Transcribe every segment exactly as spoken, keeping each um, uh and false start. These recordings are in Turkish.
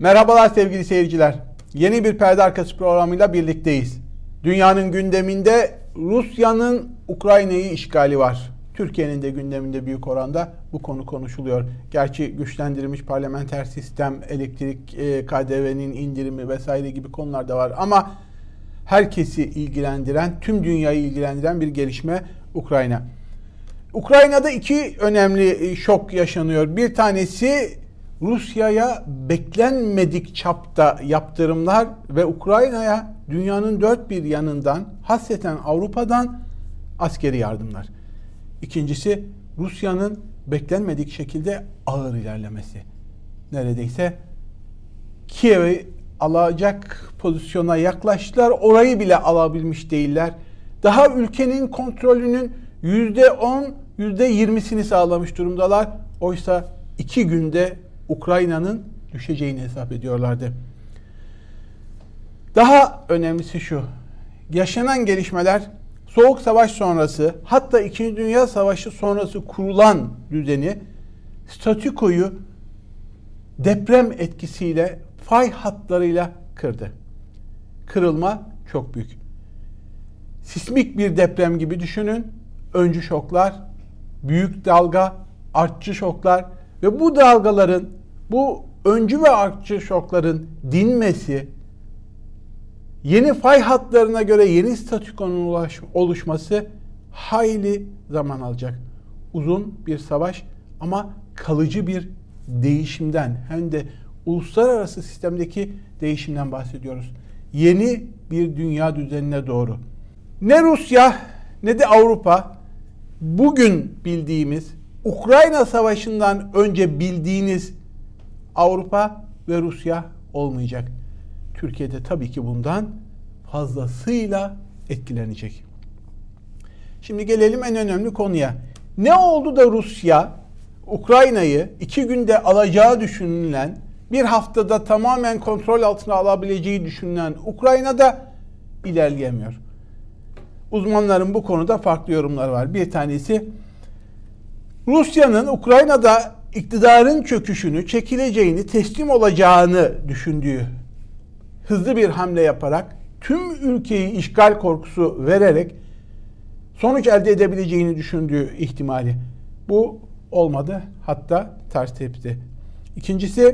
Merhabalar sevgili seyirciler. Yeni bir perde arkası programıyla birlikteyiz. Dünyanın gündeminde Rusya'nın Ukrayna'yı işgali var. Türkiye'nin de gündeminde büyük oranda bu konu konuşuluyor. Gerçi güçlendirilmiş parlamenter sistem, elektrik, e, K D V'nin indirimi vesaire gibi konular da var. Ama herkesi ilgilendiren, tüm dünyayı ilgilendiren bir gelişme Ukrayna. Ukrayna'da iki önemli şok yaşanıyor. Bir tanesi Rusya'ya beklenmedik çapta yaptırımlar ve Ukrayna'ya dünyanın dört bir yanından, hasreten Avrupa'dan askeri yardımlar. İkincisi Rusya'nın beklenmedik şekilde ağır ilerlemesi. Neredeyse Kiev'i alacak pozisyona yaklaştılar. Orayı bile alabilmiş değiller. Daha ülkenin kontrolünün yüzde on, yüzde yirmisini sağlamış durumdalar. Oysa iki günde Ukrayna'nın düşeceğini hesap ediyorlardı. Daha önemlisi şu. Yaşanan gelişmeler Soğuk Savaş sonrası, hatta İkinci Dünya Savaşı sonrası kurulan düzeni, statükoyu deprem etkisiyle, fay hatlarıyla kırdı. Kırılma çok büyük. Sismik bir deprem gibi düşünün. Öncü şoklar, büyük dalga, artçı şoklar ve bu dalgaların, bu öncü ve artçı şokların dinmesi, yeni fay hatlarına göre yeni statükonun oluşması hayli zaman alacak. Uzun bir savaş ama kalıcı bir değişimden, hem de uluslararası sistemdeki değişimden bahsediyoruz. Yeni bir dünya düzenine doğru. Ne Rusya ne de Avrupa bugün bildiğimiz, Ukrayna Savaşı'ndan önce bildiğiniz Avrupa ve Rusya olmayacak. Türkiye'de tabii ki bundan fazlasıyla etkilenecek. Şimdi gelelim en önemli konuya. Ne oldu da Rusya Ukrayna'yı iki günde alacağı düşünülen, bir haftada tamamen kontrol altına alabileceği düşünülen Ukrayna'da ilerleyemiyor? Uzmanların bu konuda farklı yorumları var. Bir tanesi Rusya'nın Ukrayna'da iktidarın çöküşünü, çekileceğini, teslim olacağını düşündüğü, hızlı bir hamle yaparak tüm ülkeyi işgal korkusu vererek sonuç elde edebileceğini düşündüğü ihtimali. Bu olmadı. Hatta ters tepti. İkincisi,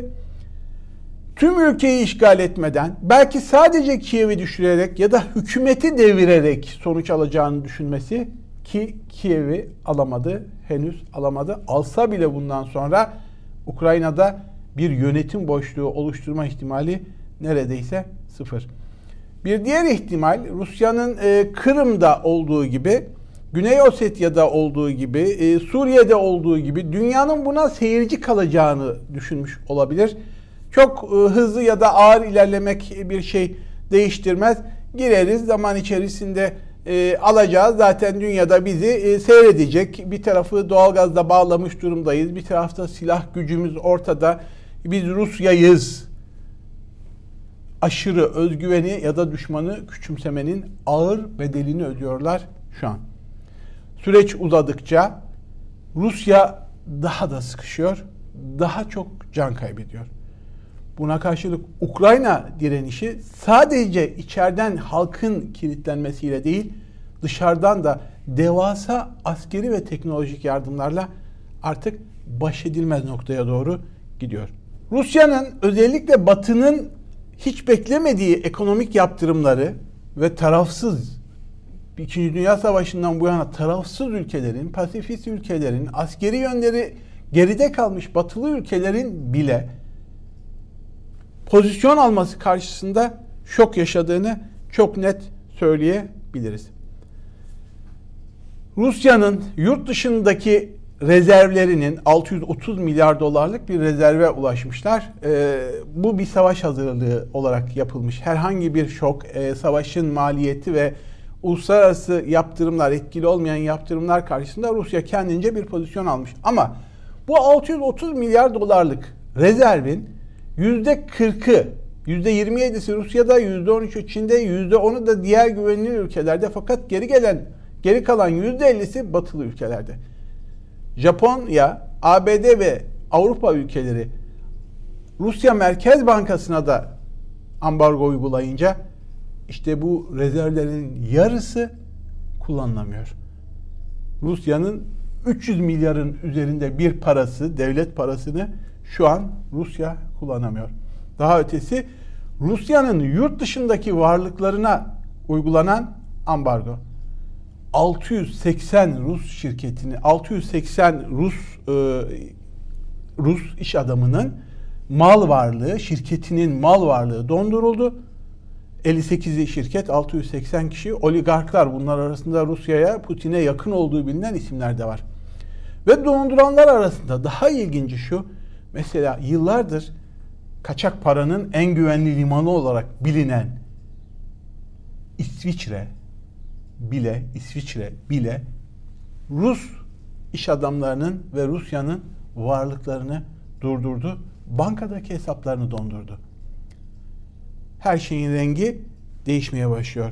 tüm ülkeyi işgal etmeden, belki sadece Kiev'i düşürerek ya da hükümeti devirerek sonuç alacağını düşünmesi, ki Kiev'i alamadı, henüz alamadı. Alsa bile bundan sonra Ukrayna'da bir yönetim boşluğu oluşturma ihtimali neredeyse sıfır. Bir diğer ihtimal, Rusya'nın e, Kırım'da olduğu gibi, Güney Osetya'da olduğu gibi, e, Suriye'de olduğu gibi dünyanın buna seyirci kalacağını düşünmüş olabilir. Çok e, hızlı ya da ağır ilerlemek bir şey değiştirmez. Gireriz, zaman içerisinde e, alacağız. Zaten dünyada bizi e, seyredecek. Bir tarafı doğalgazla bağlamış durumdayız. Bir tarafta silah gücümüz ortada. Biz Rusya'yız. Aşırı özgüveni ya da düşmanı küçümsemenin ağır bedelini ödüyorlar şu an. Süreç uzadıkça Rusya daha da sıkışıyor, daha çok can kaybediyor. Buna karşılık Ukrayna direnişi sadece içeriden halkın kilitlenmesiyle değil, dışarıdan da devasa askeri ve teknolojik yardımlarla artık baş edilmez noktaya doğru gidiyor. Rusya'nın, özellikle Batı'nın hiç beklemediği ekonomik yaptırımları ve tarafsız, İkinci Dünya Savaşı'ndan bu yana tarafsız ülkelerin, pasifist ülkelerin, askeri yönleri geride kalmış batılı ülkelerin bile pozisyon alması karşısında şok yaşadığını çok net söyleyebiliriz. Rusya'nın yurt dışındaki rezervlerinin altı yüz otuz milyar dolarlık bir rezerve ulaşmışlar. Ee, bu bir savaş hazırlığı olarak yapılmış. Herhangi bir şok, e, savaşın maliyeti ve uluslararası yaptırımlar, etkili olmayan yaptırımlar karşısında Rusya kendince bir pozisyon almış. Ama bu altı yüz otuz milyar dolarlık rezervin yüzde kırkı, yüzde yirmi yedisi Rusya'da, yüzde on üçü Çin'de, yüzde onu da diğer güvenilir ülkelerde. Fakat geri gelen, geri kalan yüzde ellisi batılı ülkelerde. Japonya, A B D ve Avrupa ülkeleri Rusya Merkez Bankası'na da ambargo uygulayınca işte bu rezervlerin yarısı kullanılamıyor. Rusya'nın üç yüz milyarın üzerinde bir parası, devlet parasını şu an Rusya kullanamıyor. Daha ötesi Rusya'nın yurt dışındaki varlıklarına uygulanan ambargo. altı yüz seksen Rus şirketini, altı yüz seksen Rus e, Rus iş adamının mal varlığı, şirketinin mal varlığı donduruldu. elli sekiz şirket, altı yüz seksen kişi, oligarklar, bunlar arasında Rusya'ya, Putin'e yakın olduğu bilinen isimler de var. Ve donduranlar arasında daha ilginci şu, mesela yıllardır kaçak paranın en güvenli limanı olarak bilinen İsviçre bile, İsviçre bile Rus iş adamlarının ve Rusya'nın varlıklarını durdurdu. Bankadaki hesaplarını dondurdu. Her şeyin rengi değişmeye başlıyor.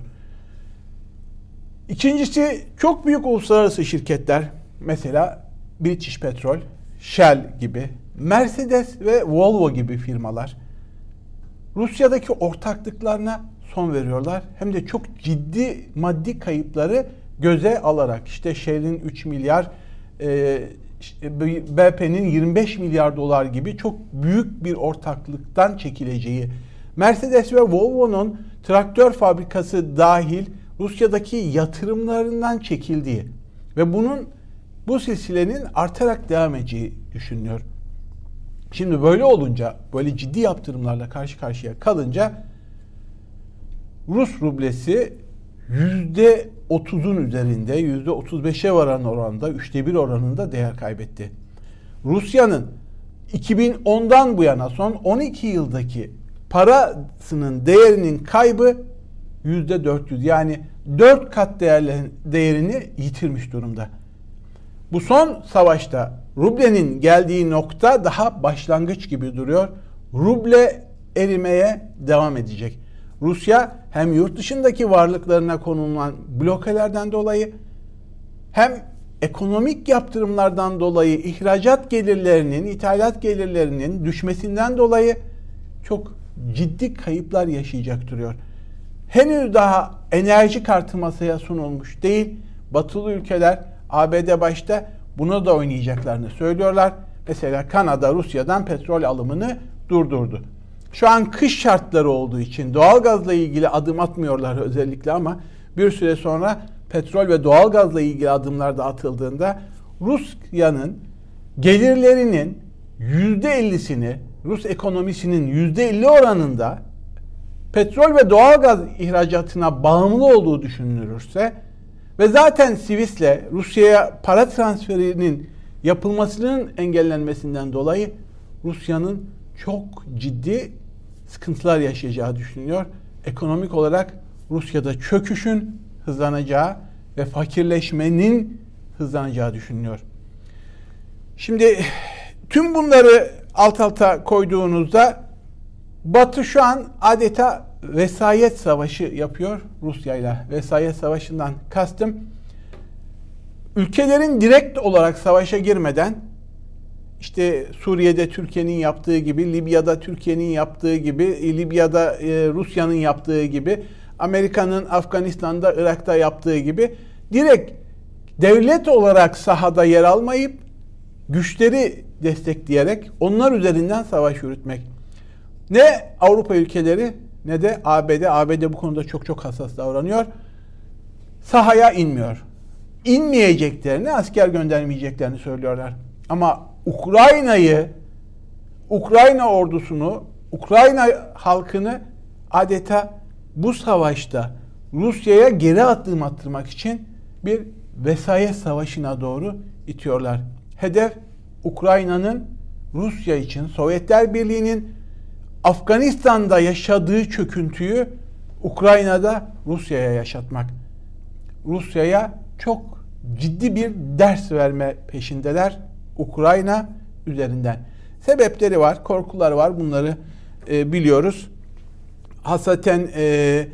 İkincisi, çok büyük uluslararası şirketler, mesela British Petrol, Shell gibi, Mercedes ve Volvo gibi firmalar Rusya'daki ortaklıklarına son veriyorlar. Hem de çok ciddi maddi kayıpları göze alarak. İşte Shell'in üç milyar, B P'nin yirmi beş milyar dolar gibi çok büyük bir ortaklıktan çekileceği, Mercedes ve Volvo'nun traktör fabrikası dahil Rusya'daki yatırımlarından çekildiği ve bunun, bu silsilenin artarak devam edeceği düşünülüyor. Şimdi böyle olunca, böyle ciddi yaptırımlarla karşı karşıya kalınca Rus rublesi yüzde otuzun üzerinde, yüzde otuz beşe varan oranda, üçte bir oranında değer kaybetti. Rusya'nın iki bin ondan bu yana son on iki yıldaki parasının değerinin kaybı yüzde dört yüz, yani dört kat değerini yitirmiş durumda. Bu son savaşta rublenin geldiği nokta daha başlangıç gibi duruyor. Ruble erimeye devam edecek. Rusya hem yurt dışındaki varlıklarına konulan blokelerden dolayı hem ekonomik yaptırımlardan dolayı ihracat gelirlerinin, ithalat gelirlerinin düşmesinden dolayı çok ciddi kayıplar yaşayacak duruyor. Henüz daha enerji kartı masaya sunulmuş değil. Batılı ülkeler, A B D başta, buna da oynayacaklarını söylüyorlar. Mesela Kanada Rusya'dan petrol alımını durdurdu. Şu an kış şartları olduğu için doğalgazla ilgili adım atmıyorlar özellikle, ama bir süre sonra petrol ve doğalgazla ilgili adımlar da atıldığında Rusya'nın gelirlerinin yüzde ellisini, Rus ekonomisinin yüzde elli oranında petrol ve doğalgaz ihracatına bağımlı olduğu düşünülürse ve zaten Swift'le Rusya'ya para transferinin yapılmasının engellenmesinden dolayı Rusya'nın çok ciddi sıkıntılar yaşayacağı düşünülüyor. Ekonomik olarak Rusya'da çöküşün hızlanacağı ve fakirleşmenin hızlanacağı düşünülüyor. Şimdi tüm bunları alt alta koyduğunuzda Batı şu an adeta vesayet savaşı yapıyor Rusya'yla. Vesayet savaşından kastım, ülkelerin direkt olarak savaşa girmeden, işte Suriye'de Türkiye'nin yaptığı gibi, Libya'da Türkiye'nin yaptığı gibi, Libya'da e, Rusya'nın yaptığı gibi, Amerika'nın Afganistan'da, Irak'ta yaptığı gibi direkt devlet olarak sahada yer almayıp güçleri destekleyerek onlar üzerinden savaş yürütmek. Ne Avrupa ülkeleri ne de A B D, A B D bu konuda çok çok hassas davranıyor, sahaya inmiyor. İnmeyeceklerini, asker göndermeyeceklerini söylüyorlar. Ama Ukrayna'yı, Ukrayna ordusunu, Ukrayna halkını adeta bu savaşta Rusya'ya geri adım attırmak için bir vesayet savaşına doğru itiyorlar. Hedef Ukrayna'nın Rusya için, Sovyetler Birliği'nin Afganistan'da yaşadığı çöküntüyü Ukrayna'da Rusya'ya yaşatmak. Rusya'ya çok ciddi bir ders verme peşindeler Ukrayna üzerinden. Sebepleri var, korkuları var, bunları e, biliyoruz. Hasaten e,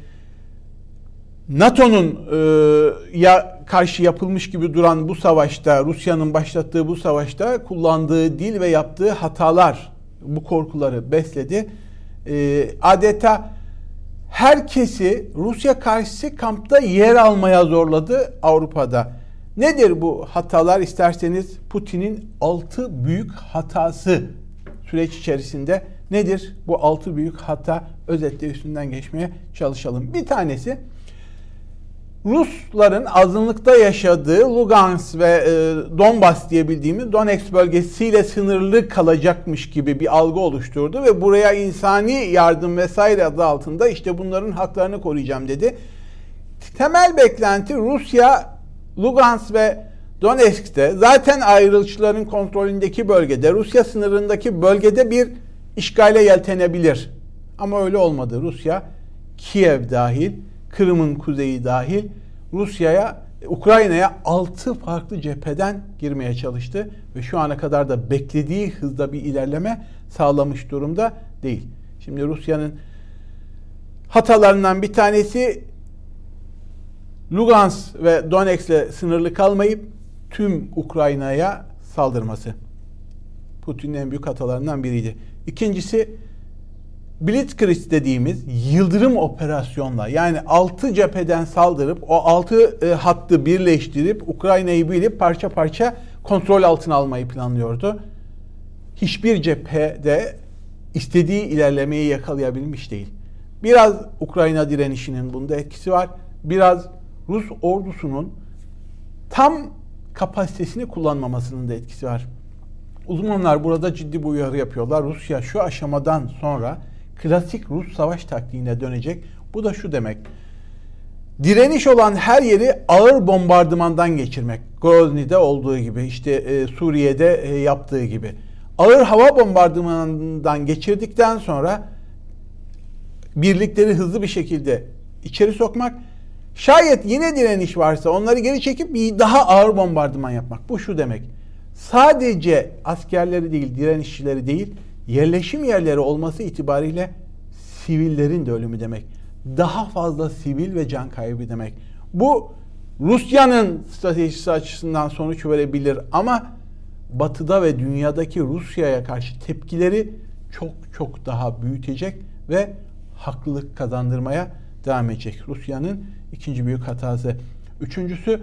NATO'nun e, ya karşı yapılmış gibi duran bu savaşta, Rusya'nın başlattığı bu savaşta kullandığı dil ve yaptığı hatalar bu korkuları besledi. E, adeta herkesi Rusya karşısı kampta yer almaya zorladı Avrupa'da. Nedir bu hatalar? İsterseniz Putin'in altı büyük hatası süreç içerisinde nedir? Bu altı büyük hata özetle üstünden geçmeye çalışalım. Bir tanesi, Rusların azınlıkta yaşadığı Lugansk ve e, Donbas diye bildiğimiz Donetsk bölgesiyle sınırlı kalacakmış gibi bir algı oluşturdu ve buraya insani yardım vesaire adı altında işte bunların haklarını koruyacağım dedi. Temel beklenti Rusya Lugansk ve Donetsk'te zaten ayrılıkçıların kontrolündeki bölgede, Rusya sınırındaki bölgede bir işgale yeltenebilir. Ama öyle olmadı. Rusya Kiev dahil, Kırım'ın kuzeyi dahil Rusya'ya, Ukrayna'ya altı farklı cepheden girmeye çalıştı ve şu ana kadar da beklediği hızda bir ilerleme sağlamış durumda değil. Şimdi Rusya'nın hatalarından bir tanesi Lugansk ve Donetsk'le sınırlı kalmayıp tüm Ukrayna'ya saldırması. Putin'in en büyük hatalarından biriydi. İkincisi, Blitzkrieg dediğimiz yıldırım operasyonla, yani altı cepheden saldırıp o altı e, hattı birleştirip Ukrayna'yı bilip parça parça kontrol altına almayı planlıyordu. Hiçbir cephede istediği ilerlemeyi yakalayabilmiş değil. Biraz Ukrayna direnişinin bunda etkisi var. Biraz Rus ordusunun tam kapasitesini kullanmamasının da etkisi var. Uzmanlar burada ciddi bir uyarı yapıyorlar. Rusya şu aşamadan sonra klasik Rus savaş taktiğine dönecek. Bu da şu demek: direniş olan her yeri ağır bombardımandan geçirmek. Grozny'de olduğu gibi, işte e, Suriye'de e, yaptığı gibi. Ağır hava bombardımanından geçirdikten sonra birlikleri hızlı bir şekilde içeri sokmak. Şayet yine direniş varsa onları geri çekip bir daha ağır bombardıman yapmak. Bu şu demek: sadece askerleri değil, direnişçileri değil, yerleşim yerleri olması itibariyle sivillerin de ölümü demek. Daha fazla sivil ve can kaybı demek. Bu Rusya'nın stratejisi açısından sonuç verebilir ama Batı'da ve dünyadaki Rusya'ya karşı tepkileri çok çok daha büyütecek ve haklılık kazandırmaya devam edecek. Rusya'nın ikinci büyük hatası. Üçüncüsü,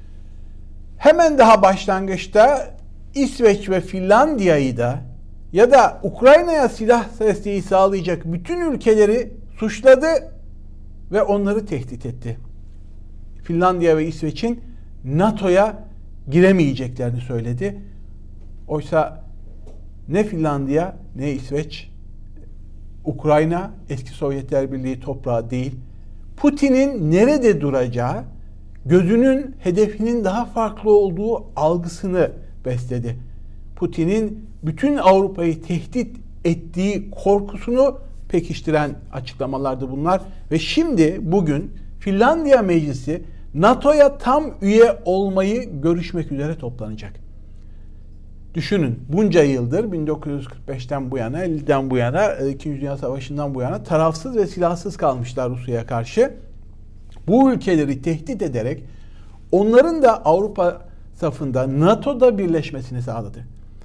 hemen daha başlangıçta İsveç ve Finlandiya'yı da ya da Ukrayna'ya silah desteği sağlayacak bütün ülkeleri suçladı ve onları tehdit etti. Finlandiya ve İsveç'in NATO'ya giremeyeceklerini söyledi. Oysa ne Finlandiya ne İsveç, Ukrayna eski Sovyetler Birliği toprağı değil. Putin'in nerede duracağı, gözünün hedefinin daha farklı olduğu algısını besledi. Putin'in bütün Avrupa'yı tehdit ettiği korkusunu pekiştiren açıklamalardı bunlar. Ve şimdi bugün Finlandiya Meclisi NATO'ya tam üye olmayı görüşmek üzere toplanacak. Düşünün, bunca yıldır bin dokuz yüz kırk beşten bu yana, elliden bu yana, İkinci Dünya Savaşı'ndan bu yana tarafsız ve silahsız kalmışlar Rusya'ya karşı. Bu ülkeleri tehdit ederek onların da Avrupa safında NATO'da birleşmesini sağladı.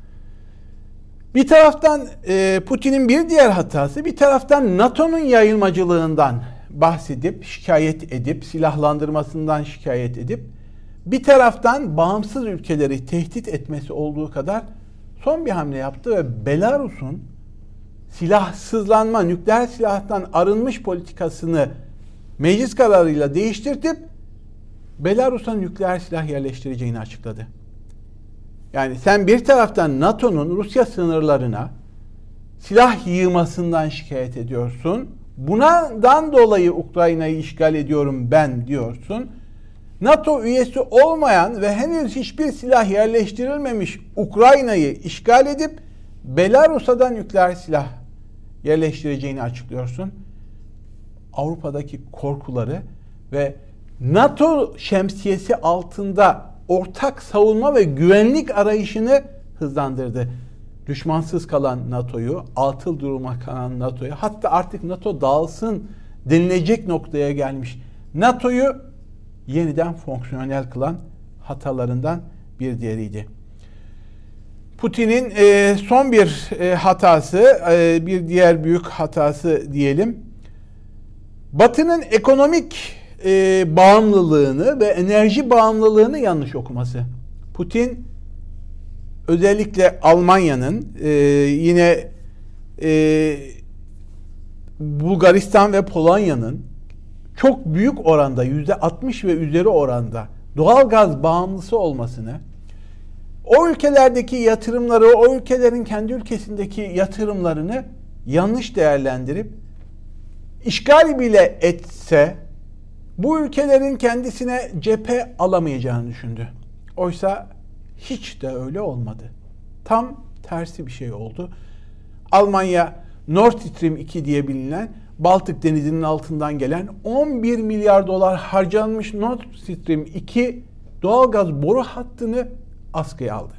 Bir taraftan e, Putin'in bir diğer hatası, bir taraftan NATO'nun yayılmacılığından bahsedip, şikayet edip, silahlandırmasından şikayet edip, bir taraftan bağımsız ülkeleri tehdit etmesi olduğu kadar son bir hamle yaptı ve Belarus'un silahsızlanma, nükleer silahtan arınmış politikasını meclis kararıyla değiştirtip Belarus'a nükleer silah yerleştireceğini açıkladı. Yani sen bir taraftan NATO'nun Rusya sınırlarına silah yığmasından şikayet ediyorsun. Bundan dolayı Ukrayna'yı işgal ediyorum ben diyorsun. NATO üyesi olmayan ve henüz hiçbir silah yerleştirilmemiş Ukrayna'yı işgal edip Belarus'a da nükleer silah yerleştireceğini açıklıyorsun. Avrupa'daki korkuları ve NATO şemsiyesi altında ortak savunma ve güvenlik arayışını hızlandırdı. Düşmansız kalan NATO'yu, atıl duruma kalan NATO'yu, hatta artık NATO dağılsın denilecek noktaya gelmiş NATO'yu yeniden fonksiyonel kılan hatalarından bir diğeriydi. Putin'in e, son bir e, hatası, e, bir diğer büyük hatası diyelim. Batı'nın ekonomik e, bağımlılığını ve enerji bağımlılığını yanlış okuması. Putin özellikle Almanya'nın e, yine e, Bulgaristan ve Polonya'nın çok büyük oranda yüzde altmış ve üzeri oranda doğal gaz bağımlısı olmasını, o ülkelerdeki yatırımları, o ülkelerin kendi ülkesindeki yatırımlarını yanlış değerlendirip işgal bile etse bu ülkelerin kendisine cephe alamayacağını düşündü. Oysa hiç de öyle olmadı. Tam tersi bir şey oldu. Almanya Nord Stream iki diye bilinen Baltık Denizi'nin altından gelen on bir milyar dolar harcanmış Nord Stream iki doğalgaz boru hattını askıya aldı.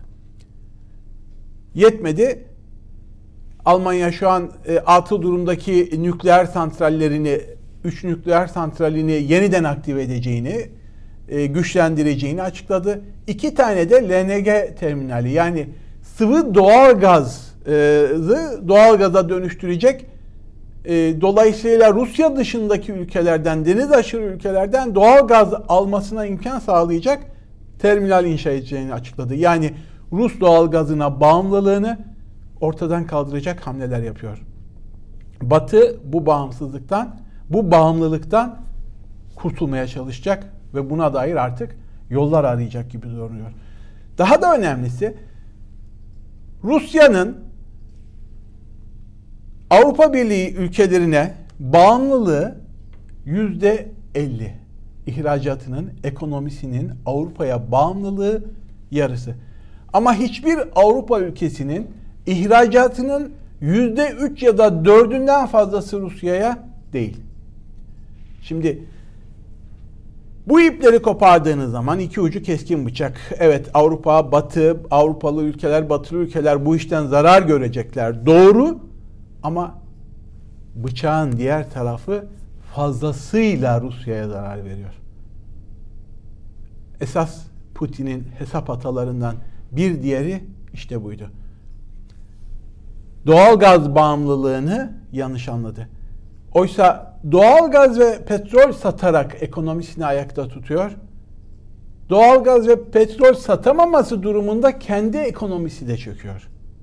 Yetmedi. Almanya şu an e, atıl durumdaki nükleer santrallerini, üç nükleer santralini yeniden aktive edeceğini, e, güçlendireceğini açıkladı. İki tane de L N G terminali, yani sıvı doğalgazı doğalgaza dönüştürecek, e, dolayısıyla Rusya dışındaki ülkelerden, deniz aşırı ülkelerden doğalgaz almasına imkan sağlayacak terminal inşa edeceğini açıkladı. Yani Rus doğalgazına bağımlılığını ortadan kaldıracak hamleler yapıyor. Batı bu bağımsızlıktan, bu bağımlılıktan kurtulmaya çalışacak ve buna dair artık yollar arayacak gibi görünüyor. Daha da önemlisi, Rusya'nın Avrupa Birliği ülkelerine bağımlılığı yüzde elli. İhracatının, ekonomisinin Avrupa'ya bağımlılığı yarısı. Ama hiçbir Avrupa ülkesinin ihracatının yüzde üç ya da dördünden fazlası Rusya'ya değil. Şimdi bu ipleri kopardığınız zaman iki ucu keskin bıçak. Evet, Avrupa, Batı, Avrupalı ülkeler, Batılı ülkeler bu işten zarar görecekler. Doğru, ama bıçağın diğer tarafı fazlasıyla Rusya'ya zarar veriyor. Esas Putin'in hesap hatalarından bir diğeri işte buydu. Doğalgaz bağımlılığını yanlış anladı. Oysa doğalgaz ve petrol satarak ekonomisini ayakta tutuyor. Doğalgaz ve petrol satamaması durumunda kendi ekonomisi de çöküyor.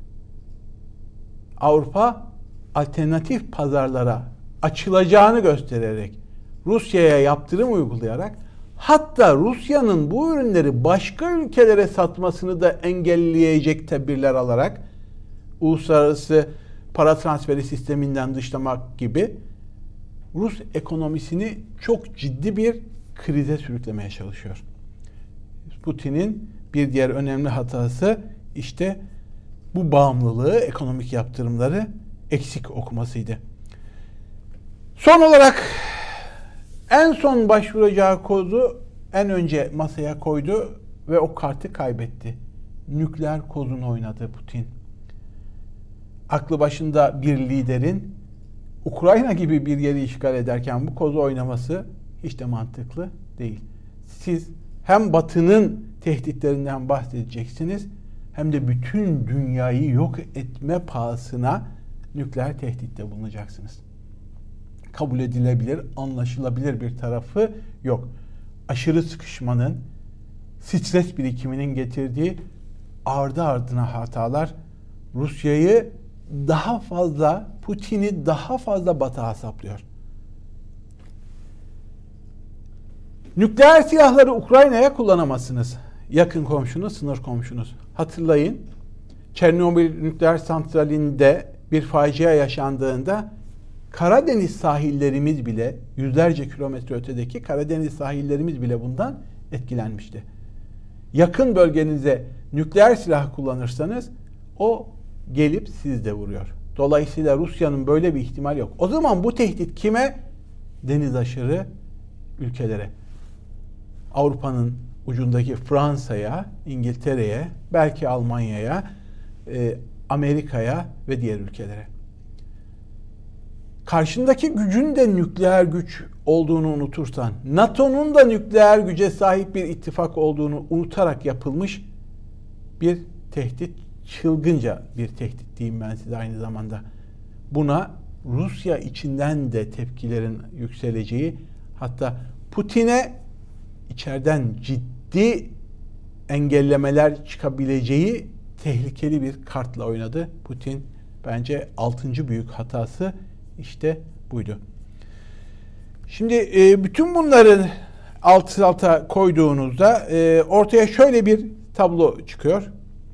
Avrupa alternatif pazarlara açılacağını göstererek, Rusya'ya yaptırım uygulayarak, hatta Rusya'nın bu ürünleri başka ülkelere satmasını da engelleyecek tedbirler alarak, uluslararası para transferi sisteminden dışlamak gibi Rus ekonomisini çok ciddi bir krize sürüklemeye çalışıyor. Putin'in bir diğer önemli hatası işte bu bağımlılığı, ekonomik yaptırımları eksik okumasıydı. Son olarak en son başvuracağı kozu en önce masaya koydu ve o kartı kaybetti. Nükleer kozunu oynadı Putin. Aklı başında bir liderin Ukrayna gibi bir yeri işgal ederken bu kozu oynaması hiç de mantıklı değil. Siz hem Batı'nın tehditlerinden bahsedeceksiniz, hem de bütün dünyayı yok etme pahasına nükleer tehditte bulunacaksınız. Kabul edilebilir, anlaşılabilir bir tarafı yok. Aşırı sıkışmanın, stres birikiminin getirdiği ardı ardına hatalar Rusya'yı daha fazla, Putin'i daha fazla batağa saplıyor. Nükleer silahları Ukrayna'ya kullanamazsınız. Yakın komşunuz, sınır komşunuz. Hatırlayın, Çernobil nükleer santralinde bir facia yaşandığında Karadeniz sahillerimiz bile, yüzlerce kilometre ötedeki Karadeniz sahillerimiz bile bundan etkilenmişti. Yakın bölgenize nükleer silah kullanırsanız o gelip sizde vuruyor. Dolayısıyla Rusya'nın böyle bir ihtimal yok. O zaman bu tehdit kime? Deniz aşırı ülkelere. Avrupa'nın ucundaki Fransa'ya, İngiltere'ye, belki Almanya'ya, e, Amerika'ya ve diğer ülkelere. Karşındaki gücün de nükleer güç olduğunu unutursan, NATO'nun da nükleer güce sahip bir ittifak olduğunu unutarak yapılmış bir tehdit çılgınca bir tehdit diyeyim ben size aynı zamanda. Buna Rusya içinden de tepkilerin yükseleceği, hatta Putin'e içeriden ciddi engellemeler çıkabileceği tehlikeli bir kartla oynadı. Putin bence altıncı büyük hatası işte buydu. Şimdi e, bütün bunların alt alta koyduğunuzda e, ortaya şöyle bir tablo çıkıyor.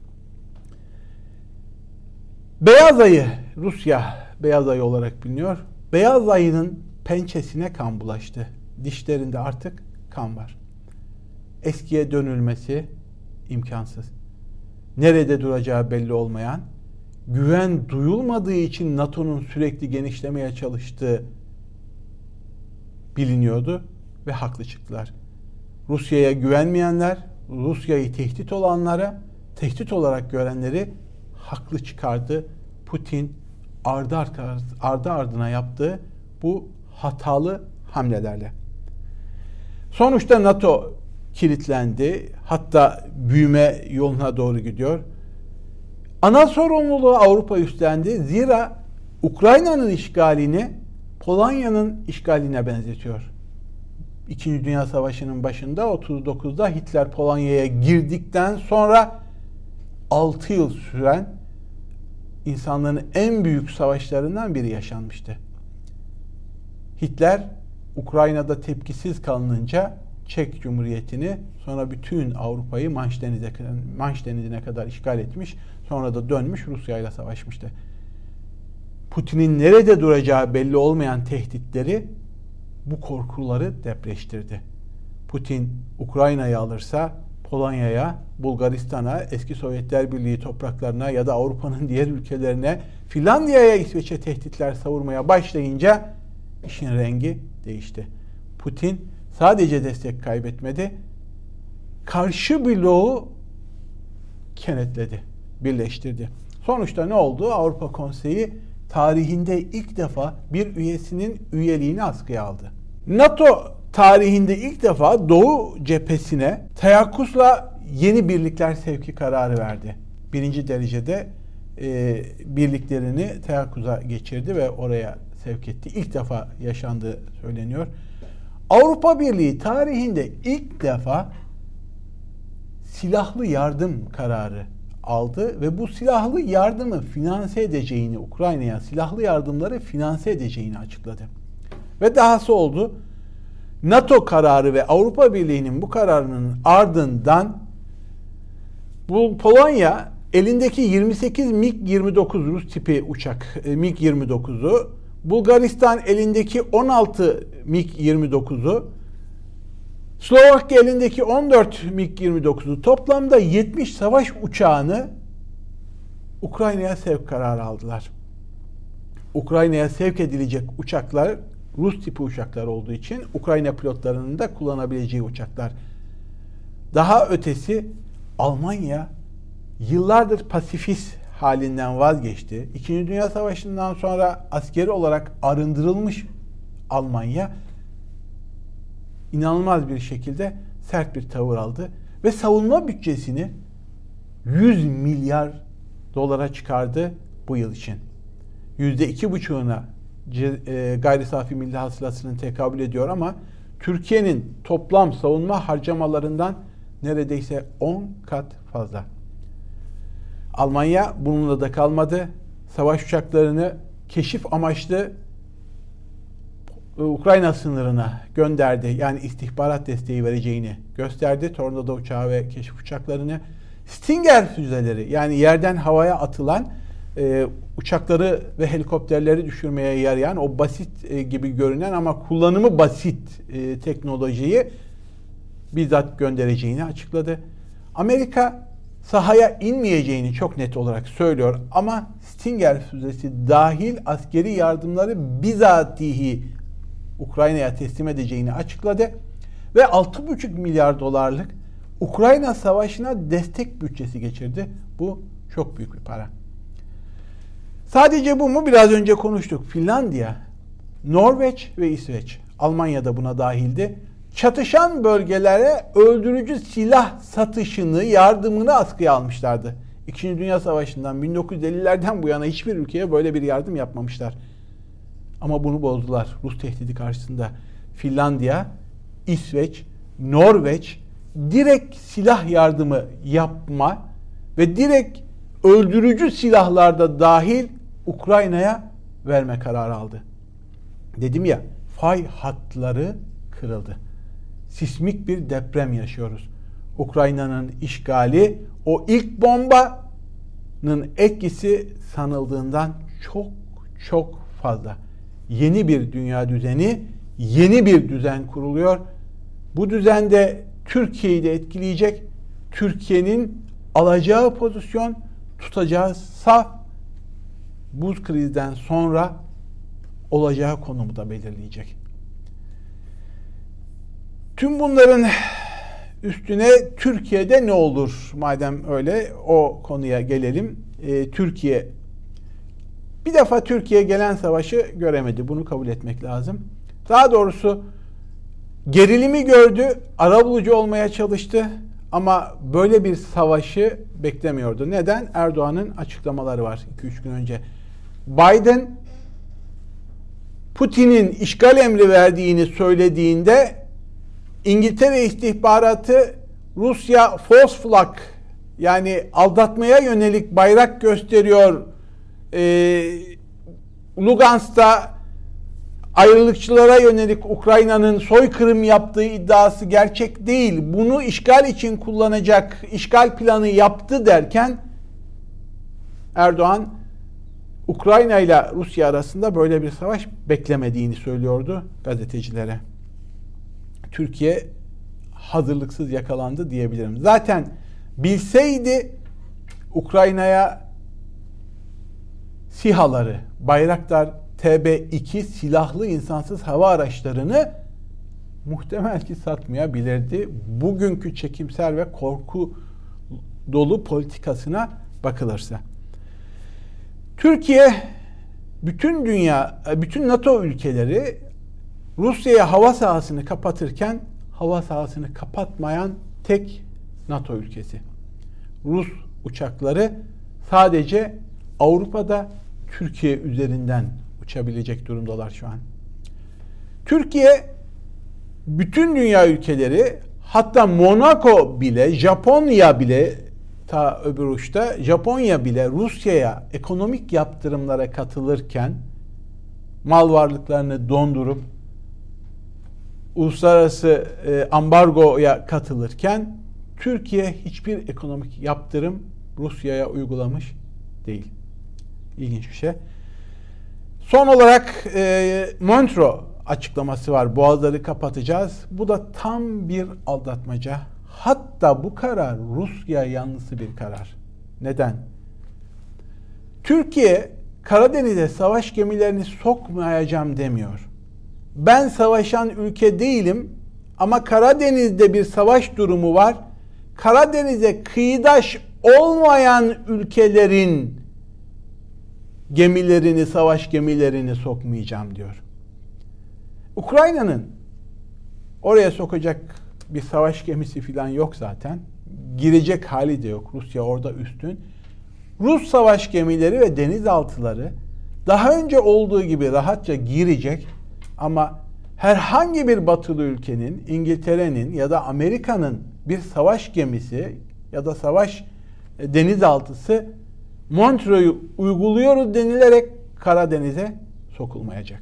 Beyaz ayı, Rusya beyaz ayı olarak biliniyor. Beyaz ayının pençesine kan bulaştı. Dişlerinde artık kan var. Eskiye dönülmesi imkansız. Nerede duracağı belli olmayan, güven duyulmadığı için NATO'nun sürekli genişlemeye çalıştığı biliniyordu ve haklı çıktılar. Rusya'ya güvenmeyenler, Rusya'yı tehdit olanlara, tehdit olarak görenleri haklı çıkardı. Putin ardı, ardı ardına yaptığı bu hatalı hamlelerle. Sonuçta NATO kilitlendi. Hatta büyüme yoluna doğru gidiyor. Ana sorumluluğu Avrupa üstlendi. Zira Ukrayna'nın işgalini Polonya'nın işgaline benzetiyor. İkinci Dünya Savaşı'nın başında otuz dokuzda Hitler Polonya'ya girdikten sonra altı yıl süren insanlığın en büyük savaşlarından biri yaşanmıştı. Hitler Ukrayna'da tepkisiz kalınınca Çek Cumhuriyeti'ni, sonra bütün Avrupa'yı Manş Denizi'ne, Manş Denizi'ne kadar işgal etmiş. Sonra da dönmüş Rusya ile savaşmıştı. Putin'in nerede duracağı belli olmayan tehditleri bu korkuları depreştirdi. Putin Ukrayna'yı alırsa Polonya'ya, Bulgaristan'a, eski Sovyetler Birliği topraklarına ya da Avrupa'nın diğer ülkelerine, Finlandiya'ya, İsveç'e tehditler savurmaya başlayınca işin rengi değişti. Putin sadece destek kaybetmedi, karşı bloğu kenetledi, birleştirdi. Sonuçta ne oldu? Avrupa Konseyi tarihinde ilk defa bir üyesinin üyeliğini askıya aldı. NATO tarihinde ilk defa Doğu cephesine teyakkuzla yeni birlikler sevki kararı verdi. Birinci derecede e, birliklerini teyakkuza geçirdi ve oraya sevk etti. İlk defa yaşandığı söyleniyor. Avrupa Birliği tarihinde ilk defa silahlı yardım kararı aldı ve bu silahlı yardımı finanse edeceğini, Ukrayna'ya silahlı yardımları finanse edeceğini açıkladı. Ve dahası oldu. NATO kararı ve Avrupa Birliği'nin bu kararının ardından bu Polonya elindeki yirmi sekiz MiG yirmi dokuz Rus tipi uçak MiG yirmi dokuzu, Bulgaristan elindeki on altı MiG yirmi dokuzu, Slovakya elindeki on dört MiG yirmi dokuzu, toplamda yetmiş savaş uçağını Ukrayna'ya sevk kararı aldılar. Ukrayna'ya sevk edilecek uçaklar Rus tipi uçaklar olduğu için Ukrayna pilotlarının da kullanabileceği uçaklar. Daha ötesi Almanya yıllardır pasifist halinden vazgeçti. İkinci Dünya Savaşı'ndan sonra askeri olarak arındırılmış Almanya inanılmaz bir şekilde sert bir tavır aldı ve savunma bütçesini yüz milyar dolara çıkardı bu yıl için. yüzde iki buçuğuna gayri safi milli hasılasının tekabül ediyor ama Türkiye'nin toplam savunma harcamalarından neredeyse on kat fazla. Almanya bununla da kalmadı. Savaş uçaklarını keşif amaçlı Ukrayna sınırına gönderdi. Yani istihbarat desteği vereceğini gösterdi. Tornado uçağı ve keşif uçaklarını. Stinger füzeleri, yani yerden havaya atılan e, uçakları ve helikopterleri düşürmeye yarayan o basit e, gibi görünen ama kullanımı basit e, teknolojiyi bizzat göndereceğini açıkladı. Amerika sahaya inmeyeceğini çok net olarak söylüyor ama Stinger füzesi dahil askeri yardımları bizatihi Ukrayna'ya teslim edeceğini açıkladı ve altı buçuk milyar dolarlık Ukrayna Savaşı'na destek bütçesi geçirdi. Bu çok büyük bir para. Sadece bu mu? Biraz önce konuştuk. Finlandiya, Norveç ve İsveç, Almanya da buna dahildi. Çatışan bölgelere öldürücü silah satışını, yardımını askıya almışlardı. İkinci Dünya Savaşı'ndan bin dokuz yüz ellilerden bu yana hiçbir ülkeye böyle bir yardım yapmamışlar. Ama bunu bozdular Rus tehdidi karşısında. Finlandiya, İsveç, Norveç direkt silah yardımı yapma ve direkt öldürücü silahlarda dahil Ukrayna'ya verme kararı aldı. Dedim ya, fay hatları kırıldı. Sismik bir deprem yaşıyoruz. Ukrayna'nın işgali, o ilk bombanın etkisi sanıldığından çok çok fazla. Yeni bir dünya düzeni, yeni bir düzen kuruluyor. Bu düzende Türkiye'yi de etkileyecek. Türkiye'nin alacağı pozisyon, tutacağı saf, bu krizden sonra olacağı konumu da belirleyecek. Tüm bunların üstüne Türkiye'de ne olur? Madem öyle, o konuya gelelim. Ee, Türkiye bir defa Türkiye gelen savaşı göremedi. Bunu kabul etmek lazım. Daha doğrusu gerilimi gördü, arabulucu olmaya çalıştı ama böyle bir savaşı beklemiyordu. Neden? Erdoğan'ın açıklamaları var iki üç gün önce. Biden Putin'in işgal emri verdiğini söylediğinde İngiltere istihbaratı Rusya false flag, yani aldatmaya yönelik bayrak gösteriyor. Ee, Lugansk'ta ayrılıkçılara yönelik Ukrayna'nın soykırım yaptığı iddiası gerçek değil. Bunu işgal için kullanacak, işgal planı yaptı derken Erdoğan Ukrayna ile Rusya arasında böyle bir savaş beklemediğini söylüyordu gazetecilere. Türkiye hazırlıksız yakalandı diyebilirim. Zaten bilseydi Ukrayna'ya SİHA'ları, Bayraktar T B iki silahlı insansız hava araçlarını muhtemel ki satmayabilirdi. Bugünkü çekimser ve korku dolu politikasına bakılırsa. Türkiye, bütün dünya, bütün NATO ülkeleri Rusya'ya hava sahasını kapatırken hava sahasını kapatmayan tek NATO ülkesi. Rus uçakları sadece Avrupa'da Türkiye üzerinden uçabilecek durumdalar şu an. Türkiye, bütün dünya ülkeleri, hatta Monaco bile, Japonya bile, ta öbür uçta Japonya bile Rusya'ya ekonomik yaptırımlara katılırken, mal varlıklarını dondurup uluslararası e, ambargoya katılırken Türkiye hiçbir ekonomik yaptırım Rusya'ya uygulamış değil. İlginç bir şey. Son olarak e, Montreux açıklaması var. Boğazları kapatacağız. Bu da tam bir aldatmaca. Hatta bu karar Rusya yanlısı bir karar. Neden? Türkiye Karadeniz'e savaş gemilerini sokmayacağım demiyor. Ben savaşan ülke değilim ama Karadeniz'de bir savaş durumu var. Karadeniz'e kıyıdaş olmayan ülkelerin gemilerini, savaş gemilerini sokmayacağım diyor. Ukrayna'nın oraya sokacak bir savaş gemisi falan yok zaten. Girecek hali de yok. Rusya orada üstün. Rus savaş gemileri ve denizaltıları daha önce olduğu gibi rahatça girecek ama herhangi bir batılı ülkenin, İngiltere'nin ya da Amerika'nın bir savaş gemisi ya da savaş denizaltısı Montreux'u uyguluyoruz denilerek Karadeniz'e sokulmayacak.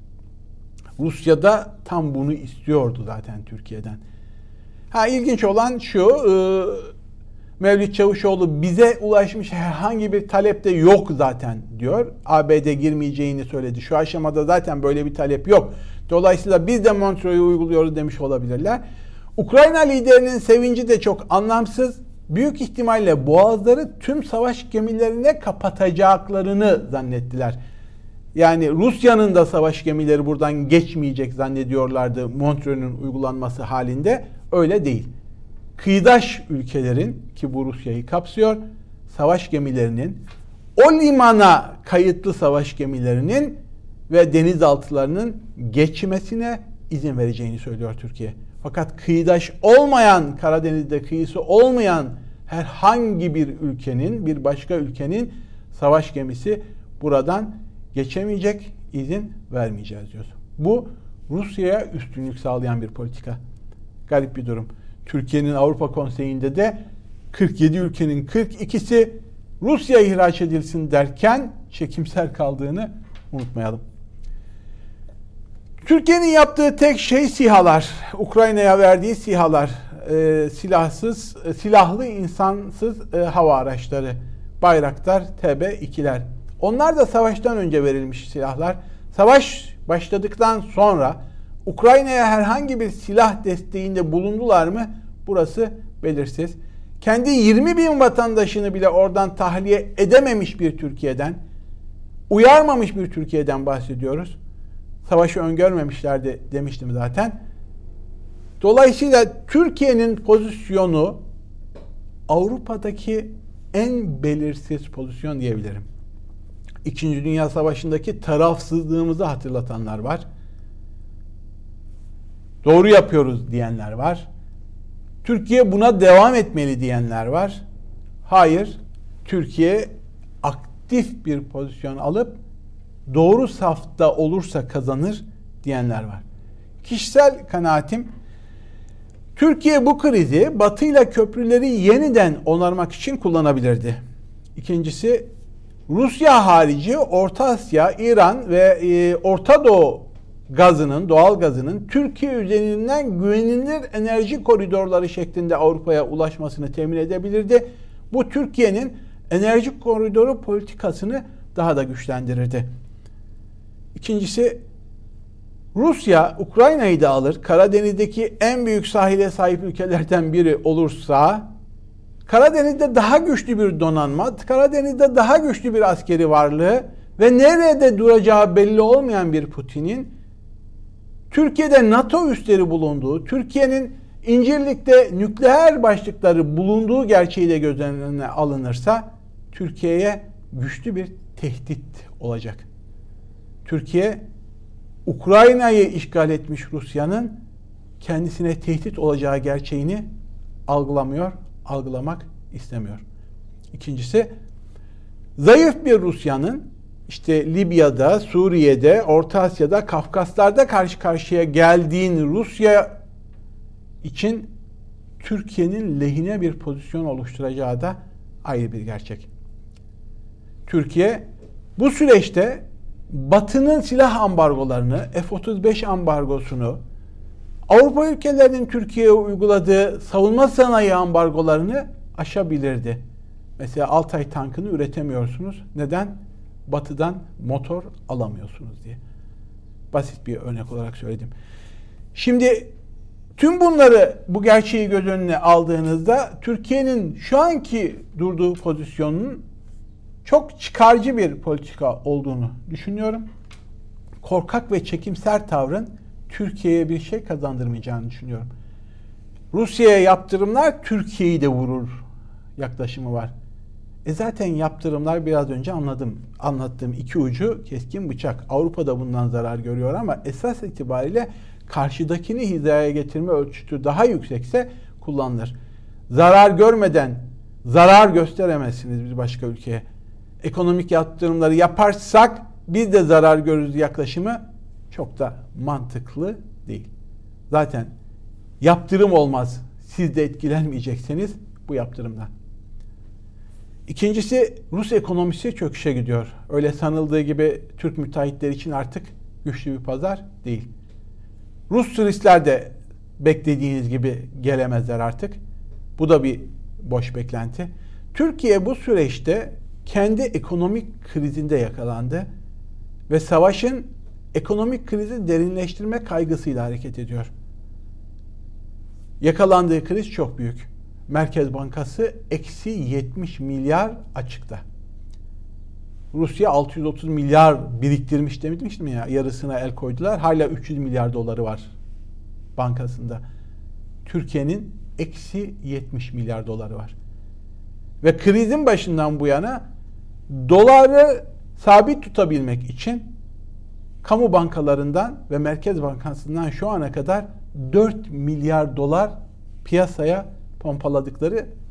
Rusya da tam bunu istiyordu zaten Türkiye'den. Ha, ilginç olan şu, e, Mevlüt Çavuşoğlu bize ulaşmış herhangi bir talep de yok zaten diyor. A B D girmeyeceğini söyledi. Şu aşamada zaten böyle bir talep yok. Dolayısıyla biz de Montreux'u uyguluyoruz demiş olabilirler. Ukrayna liderinin sevinci de çok anlamsız. Büyük ihtimalle boğazları tüm savaş gemilerine kapatacaklarını zannettiler. Yani Rusya'nın da savaş gemileri buradan geçmeyecek zannediyorlardı Montreux'un uygulanması halinde. Öyle değil. Kıyıdaş ülkelerin, ki bu Rusya'yı kapsıyor, savaş gemilerinin, o limana kayıtlı savaş gemilerinin ve denizaltılarının geçmesine izin vereceğini söylüyor Türkiye. Fakat kıyıdaş olmayan, Karadeniz'de kıyısı olmayan herhangi bir ülkenin, bir başka ülkenin savaş gemisi buradan geçemeyecek, izin vermeyeceğiz diyoruz. Bu Rusya'ya üstünlük sağlayan bir politika. Garip bir durum. Türkiye'nin Avrupa Konseyi'nde de kırk yedi ülkenin kırk ikisi Rusya'ya ihraç edilsin derken çekimser kaldığını unutmayalım. Türkiye'nin yaptığı tek şey SİHA'lar. Ukrayna'ya verdiği SİHA'lar. E, silahsız, e, silahlı insansız e, hava araçları. Bayraktar T B ikiler. Onlar da savaştan önce verilmiş silahlar. Savaş başladıktan sonra Ukrayna'ya herhangi bir silah desteğinde bulundular mı? Burası belirsiz. Kendi yirmi bin vatandaşını bile oradan tahliye edememiş bir Türkiye'den, uyarmamış bir Türkiye'den bahsediyoruz. Savaşı öngörmemişlerdi demiştim zaten. Dolayısıyla Türkiye'nin pozisyonu Avrupa'daki en belirsiz pozisyon diyebilirim. İkinci Dünya Savaşı'ndaki tarafsızlığımızı hatırlatanlar var. Doğru yapıyoruz diyenler var. Türkiye buna devam etmeli diyenler var. Hayır, Türkiye aktif bir pozisyon alıp doğru safta olursa kazanır diyenler var. Kişisel kanaatim, Türkiye bu krizi Batı ile köprüleri yeniden onarmak için kullanabilirdi. İkincisi, Rusya harici Orta Asya, İran ve e, Orta Doğu gazının, doğal gazının Türkiye üzerinden güvenilir enerji koridorları şeklinde Avrupa'ya ulaşmasını temin edebilirdi. Bu Türkiye'nin enerji koridoru politikasını daha da güçlendirirdi. İkincisi, Rusya Ukrayna'yı da alır, Karadeniz'deki en büyük sahile sahip ülkelerden biri olursa, Karadeniz'de daha güçlü bir donanma, Karadeniz'de daha güçlü bir askeri varlığı ve nerede duracağı belli olmayan bir Putin'in Türkiye'de NATO üsleri bulunduğu, Türkiye'nin İncirlik'te nükleer başlıkları bulunduğu gerçeği de göz önüne alınırsa Türkiye'ye güçlü bir tehdit olacak. Türkiye, Ukrayna'yı işgal etmiş Rusya'nın kendisine tehdit olacağı gerçeğini algılamıyor, algılamak istemiyor. İkincisi, zayıf bir Rusya'nın işte Libya'da, Suriye'de, Orta Asya'da, Kafkaslar'da karşı karşıya geldiğin Rusya için Türkiye'nin lehine bir pozisyon oluşturacağı da ayrı bir gerçek. Türkiye bu süreçte Batı'nın silah ambargolarını, F otuz beş ambargosunu, Avrupa ülkelerinin Türkiye'ye uyguladığı savunma sanayi ambargolarını aşabilirdi. Mesela Altay tankını üretemiyorsunuz. Neden? Batı'dan motor alamıyorsunuz diye. Basit bir örnek olarak söyledim. Şimdi tüm bunları, bu gerçeği göz önüne aldığınızda Türkiye'nin şu anki durduğu pozisyonun çok çıkarcı bir politika olduğunu düşünüyorum. Korkak ve çekimser tavrın Türkiye'ye bir şey kazandırmayacağını düşünüyorum. Rusya'ya yaptırımlar Türkiye'yi de vurur yaklaşımı var. E zaten yaptırımlar biraz önce anladım. Anlattığım iki ucu keskin bıçak. Avrupa da bundan zarar görüyor ama esas itibariyle karşıdakini hizaya getirme ölçütü daha yüksekse kullanılır. Zarar görmeden zarar gösteremezsiniz bir başka ülkeye. Ekonomik yaptırımları yaparsak biz de zarar görürüz yaklaşımı çok da mantıklı değil. Zaten yaptırım olmaz. Siz de etkilenmeyecekseniz bu yaptırımdan. İkincisi, Rus ekonomisi çöküşe gidiyor. Öyle sanıldığı gibi Türk müteahhitleri için artık güçlü bir pazar değil. Rus turistler de beklediğiniz gibi gelemezler artık. Bu da bir boş beklenti. Türkiye bu süreçte kendi ekonomik krizinde yakalandı ve savaşın ekonomik krizi derinleştirme kaygısıyla hareket ediyor. Yakalandığı kriz çok büyük. Merkez Bankası eksi yetmiş milyar açıkta. Rusya altı yüz otuz milyar biriktirmiş demiştim ya, yarısına el koydular. Hala üç yüz milyar doları var bankasında. Türkiye'nin eksi yetmiş milyar doları var. Ve krizin başından bu yana doları sabit tutabilmek için kamu bankalarından ve Merkez Bankası'ndan şu ana kadar dört milyar dolar piyasaya pompaladıkları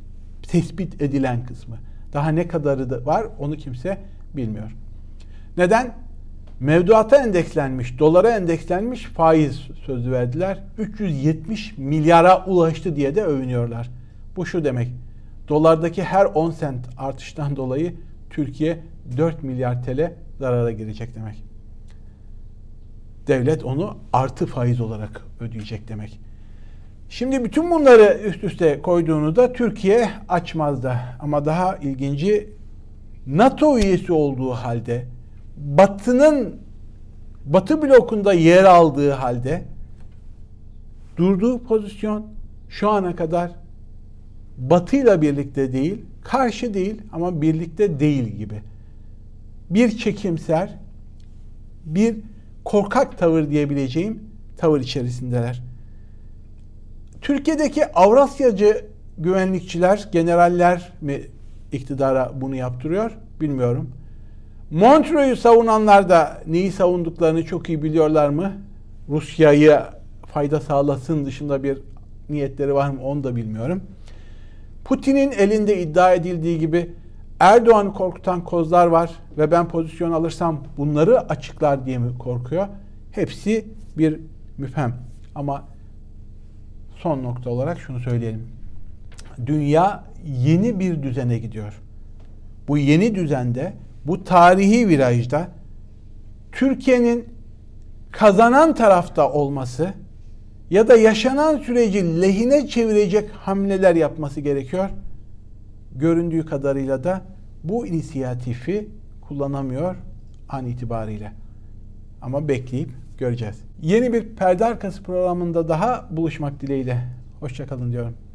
tespit edilen kısmı. Daha ne kadarı da var onu kimse bilmiyor. Neden? Mevduata endekslenmiş, dolara endekslenmiş faiz sözü verdiler. üç yüz yetmiş milyara ulaştı diye de övünüyorlar. Bu şu demek. Dolardaki her on sent artıştan dolayı Türkiye dört milyar T L zarara girecek demek. Devlet onu artı faiz olarak ödeyecek demek. Şimdi bütün bunları üst üste koyduğunu da Türkiye açmaz da. Ama daha ilginci, NATO üyesi olduğu halde, Batı'nın Batı blokunda yer aldığı halde durduğu pozisyon şu ana kadar Batı'yla birlikte değil, karşı değil ama birlikte değil gibi. Bir çekimser, bir korkak tavır diyebileceğim tavır içerisindeler. Türkiye'deki Avrasyacı güvenlikçiler, generaller mi iktidara bunu yaptırıyor bilmiyorum. Montreux'u savunanlar da neyi savunduklarını çok iyi biliyorlar mı? Rusya'yı fayda sağlasın dışında bir niyetleri var mı onu da bilmiyorum. Putin'in elinde iddia edildiği gibi Erdoğan'ı korkutan kozlar var ve ben pozisyon alırsam bunları açıklar diye mi korkuyor? Hepsi bir müphem. Ama son nokta olarak şunu söyleyelim. Dünya yeni bir düzene gidiyor. Bu yeni düzende, bu tarihi virajda Türkiye'nin kazanan tarafta olması ya da yaşanan süreci lehine çevirecek hamleler yapması gerekiyor. Göründüğü kadarıyla da bu inisiyatifi kullanamıyor an itibariyle. Ama bekleyip göreceğiz. Yeni bir perde arkası programında daha buluşmak dileğiyle. Hoşça kalın diyorum.